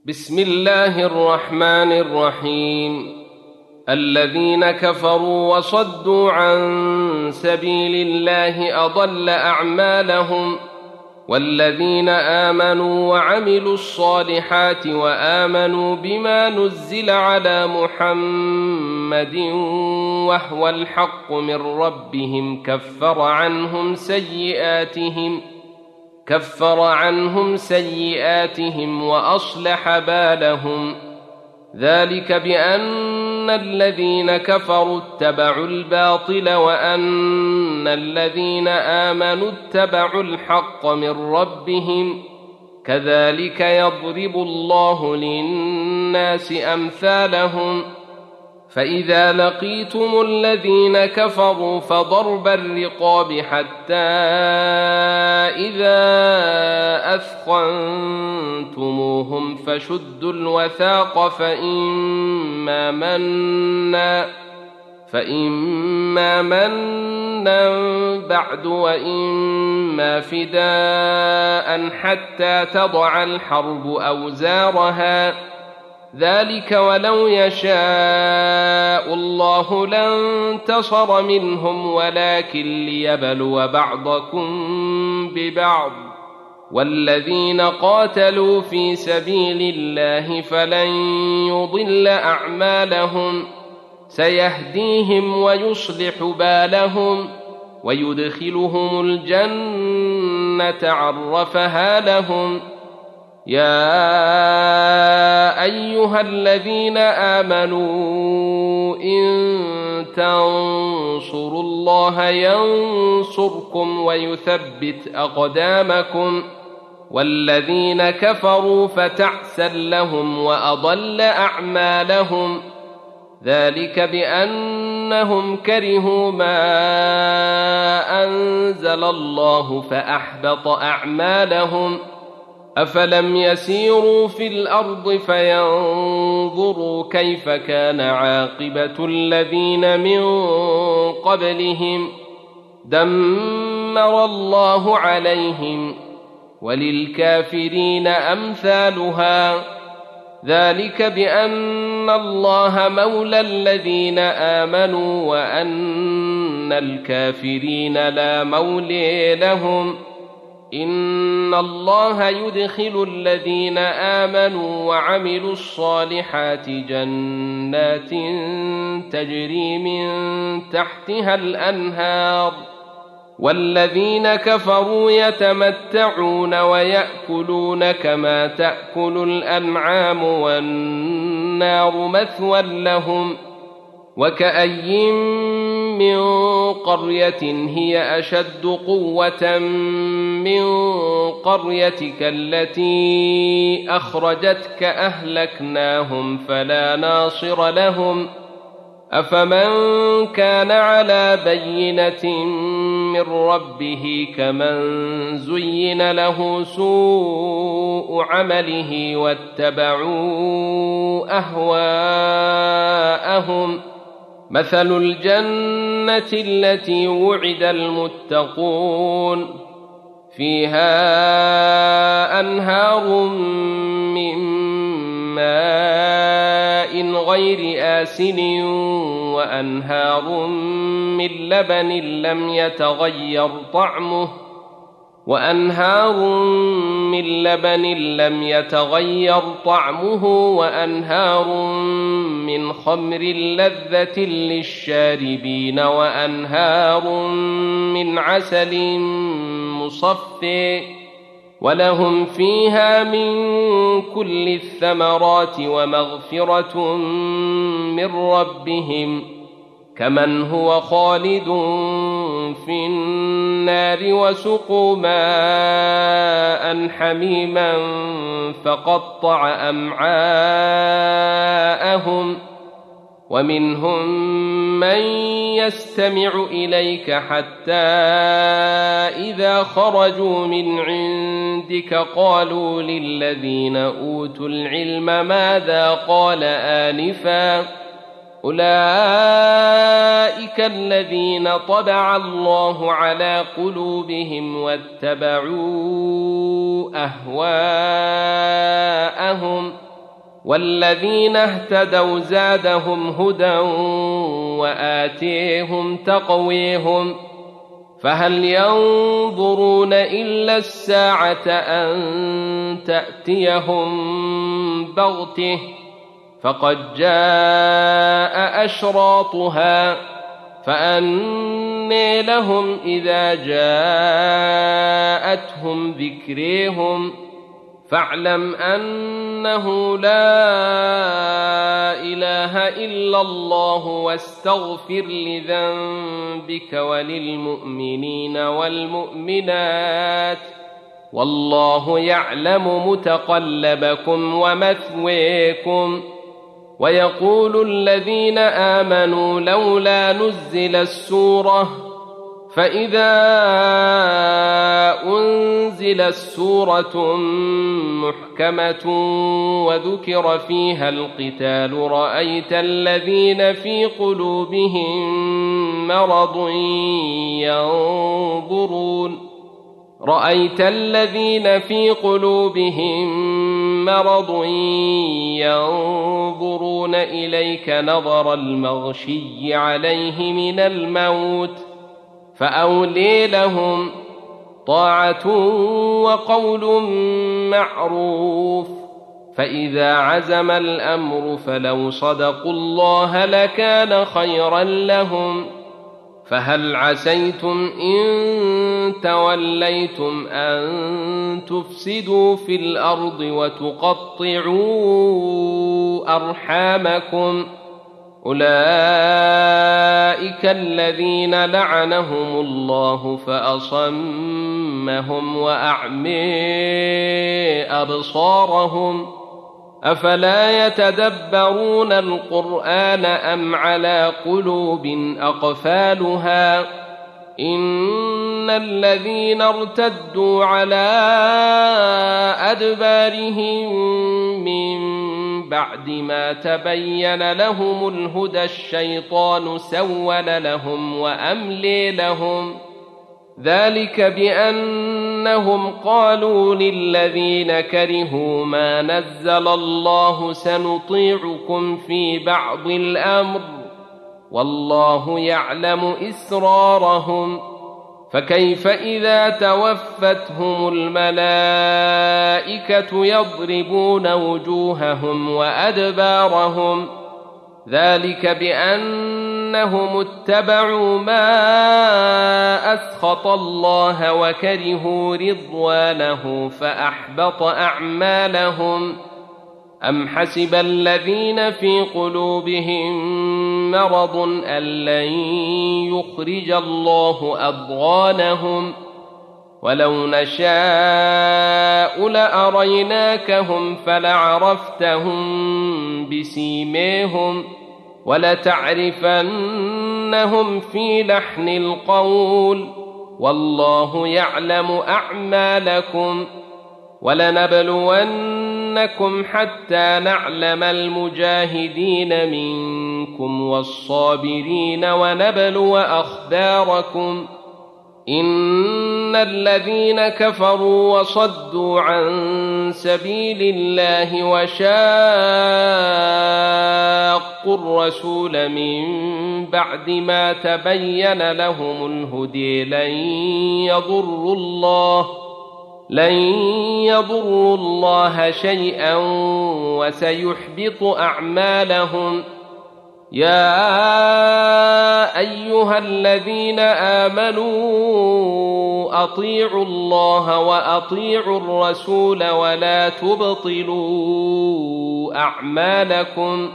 بسم الله الرحمن الرحيم. الذين كفروا وصدوا عن سبيل الله أضل أعمالهم، والذين آمنوا وعملوا الصالحات وآمنوا بما نزل على محمد وهو الحق من ربهم كفر عنهم سيئاتهم وأصلح بالهم. ذلك بأن الذين كفروا اتبعوا الباطل وأن الذين آمنوا اتبعوا الحق من ربهم، كذلك يضرب الله للناس أمثالهم. فإذا لقيتم الذين كفروا فضرب الرقاب حتى إذا أثخنتموهم فشدوا الوثاق فإما منا بعد وإما فداء حتى تضع الحرب أوزارها. ذلك ولو يشاء الله لانتصر منهم ولكن ليبلو بعضكم ببعض. والذين قاتلوا في سبيل الله فلن يضل أعمالهم، سيهديهم ويصلح بالهم ويدخلهم الجنة عرفها لهم. يا أيها الذين آمنوا إن تنصروا الله ينصركم ويثبت أقدامكم. والذين كفروا فتعسا لهم وأضل أعمالهم. ذلك بأنهم كرهوا ما أنزل الله فأحبط أعمالهم. أفلم يسيروا في الأرض فينظروا كيف كان عاقبة الذين من قبلهم، دمر الله عليهم وللكافرين أمثالها. ذلك بأن الله مولى الذين آمنوا وأن الكافرين لا مولي لهم. إن الله يدخل الذين آمنوا وعملوا الصالحات جنات تجري من تحتها الأنهار، والذين كفروا يتمتعون ويأكلون كما تأكل الأنعام والنار مثوى لهم. وكأي من قرية هي أشد قوة من قريتك التي أخرجتك أهلكناهم فلا ناصر لهم. أفمن كان على بينة من ربه كمن زين له سوء عمله واتبعوا أهواءهم. مثل الجنة التي وعد المتقون فيها أنهار من ماء غير آسن وأنهار من لبن لم يتغير طعمه وأنهار من خمر لذة للشاربين وأنهار من عسل مصفى، ولهم فيها من كل الثمرات ومغفرة من ربهم، كمن هو خالد في النار وسقوا ماء حميما فقطع أمعاءهم. ومنهم من يستمع إليك حتى إذا خرجوا من عندك قالوا للذين أوتوا العلم ماذا قال آنفا، أولئك الذين طبع الله على قلوبهم واتبعوا أهواءهم والذين اهتدوا زادهم هدى وآتيهم تقويهم فهل ينظرون إلا الساعة أن تأتيهم بغته فقد جاء أشراطها فأنى لهم إذا جاءتهم ذكريهم فاعلم أنه لا إله إلا الله واستغفر لذنبك وللمؤمنين والمؤمنات والله يعلم متقلبكم ومثويكم ويقول الذين آمنوا لولا نزل السورة فإذا أنزلت سورة محكمة وذكر فيها القتال رأيت الذين في قلوبهم مرض ينظرون إليك نظر المغشي عليه من الموت فأولي لهم طاعة وقول معروف فإذا عزم الأمر فلو صدقوا الله لكان خيرا لهم فهل عسيتم إن توليتم أن تفسدوا في الأرض وتقطعوا أرحامكم أولئك الذين لعنهم الله فأصمهم وأعمي أبصارهم أفلا يتدبرون القرآن أم على قلوب أقفالها إن الذين ارتدوا على أدبارهم من بعد ما تبين لهم الهدى الشيطان سول لهم وأملي لهم ذلك بأنهم قالوا للذين كرهوا ما نزل الله سنطيعكم في بعض الأمر والله يعلم إسرارهم فكيف إذا توفتهم الملائكة يضربون وجوههم وأدبارهم ذلك بأنهم اتبعوا ما أسخط الله وكرهوا رضوانه فأحبط أعمالهم أم حسب الذين في قلوبهم مرض أن لن يخرج الله أضغانهم ولو نشاء لأريناكهم فلعرفتهم بسيماهم ولتعرفنهم في لحن القول والله يعلم أعمالكم ولنبلونكم حتى نعلم المجاهدين منكم والصابرين ونبلو أخباركم إن الذين كفروا وصدوا عن سبيل الله وشاقوا الرسول من بعد ما تبين لهم الهدي لن يضروا الله شيئا وسيحبط أعمالهم يا أيها الذين آمنوا أطيعوا الله وأطيعوا الرسول ولا تبطلوا أعمالكم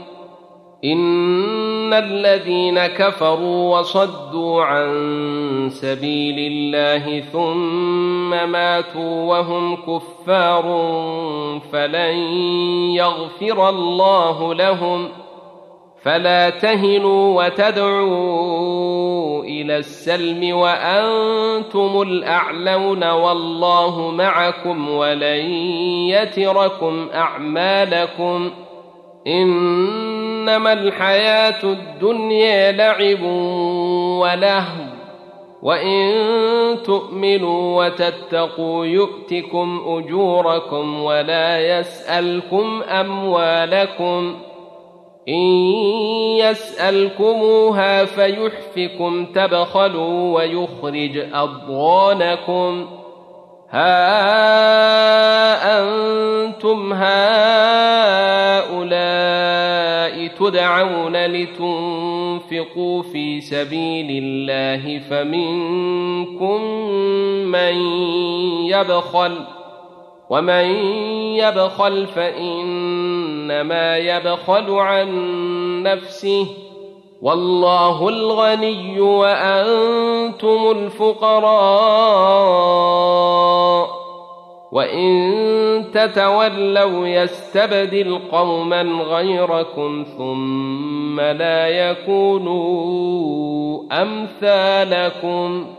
إن الذين كفروا وصدوا عن سبيل الله ثم ماتوا وهم كفار فلن يغفر الله لهم فلا تهنوا وتدعوا إلى السلم وأنتم الأعلون والله معكم ولن يتركم أعمالكم إنما الحياة الدنيا لعب ولهو وإن تؤمنوا وتتقوا يؤتكم أجوركم ولا يسألكم أموالكم إن يسألكموها فيحفكم تبخلوا ويخرج أضغانكم ها أنتم هؤلاء تدعون لتنفقوا في سبيل الله فمنكم من يبخل ومن يبخل فإنما يبخل عن نفسه والله الغني وأنتم الفقراء وإن تتولوا يستبدل قوما غيركم ثم لا يكونوا أمثالكم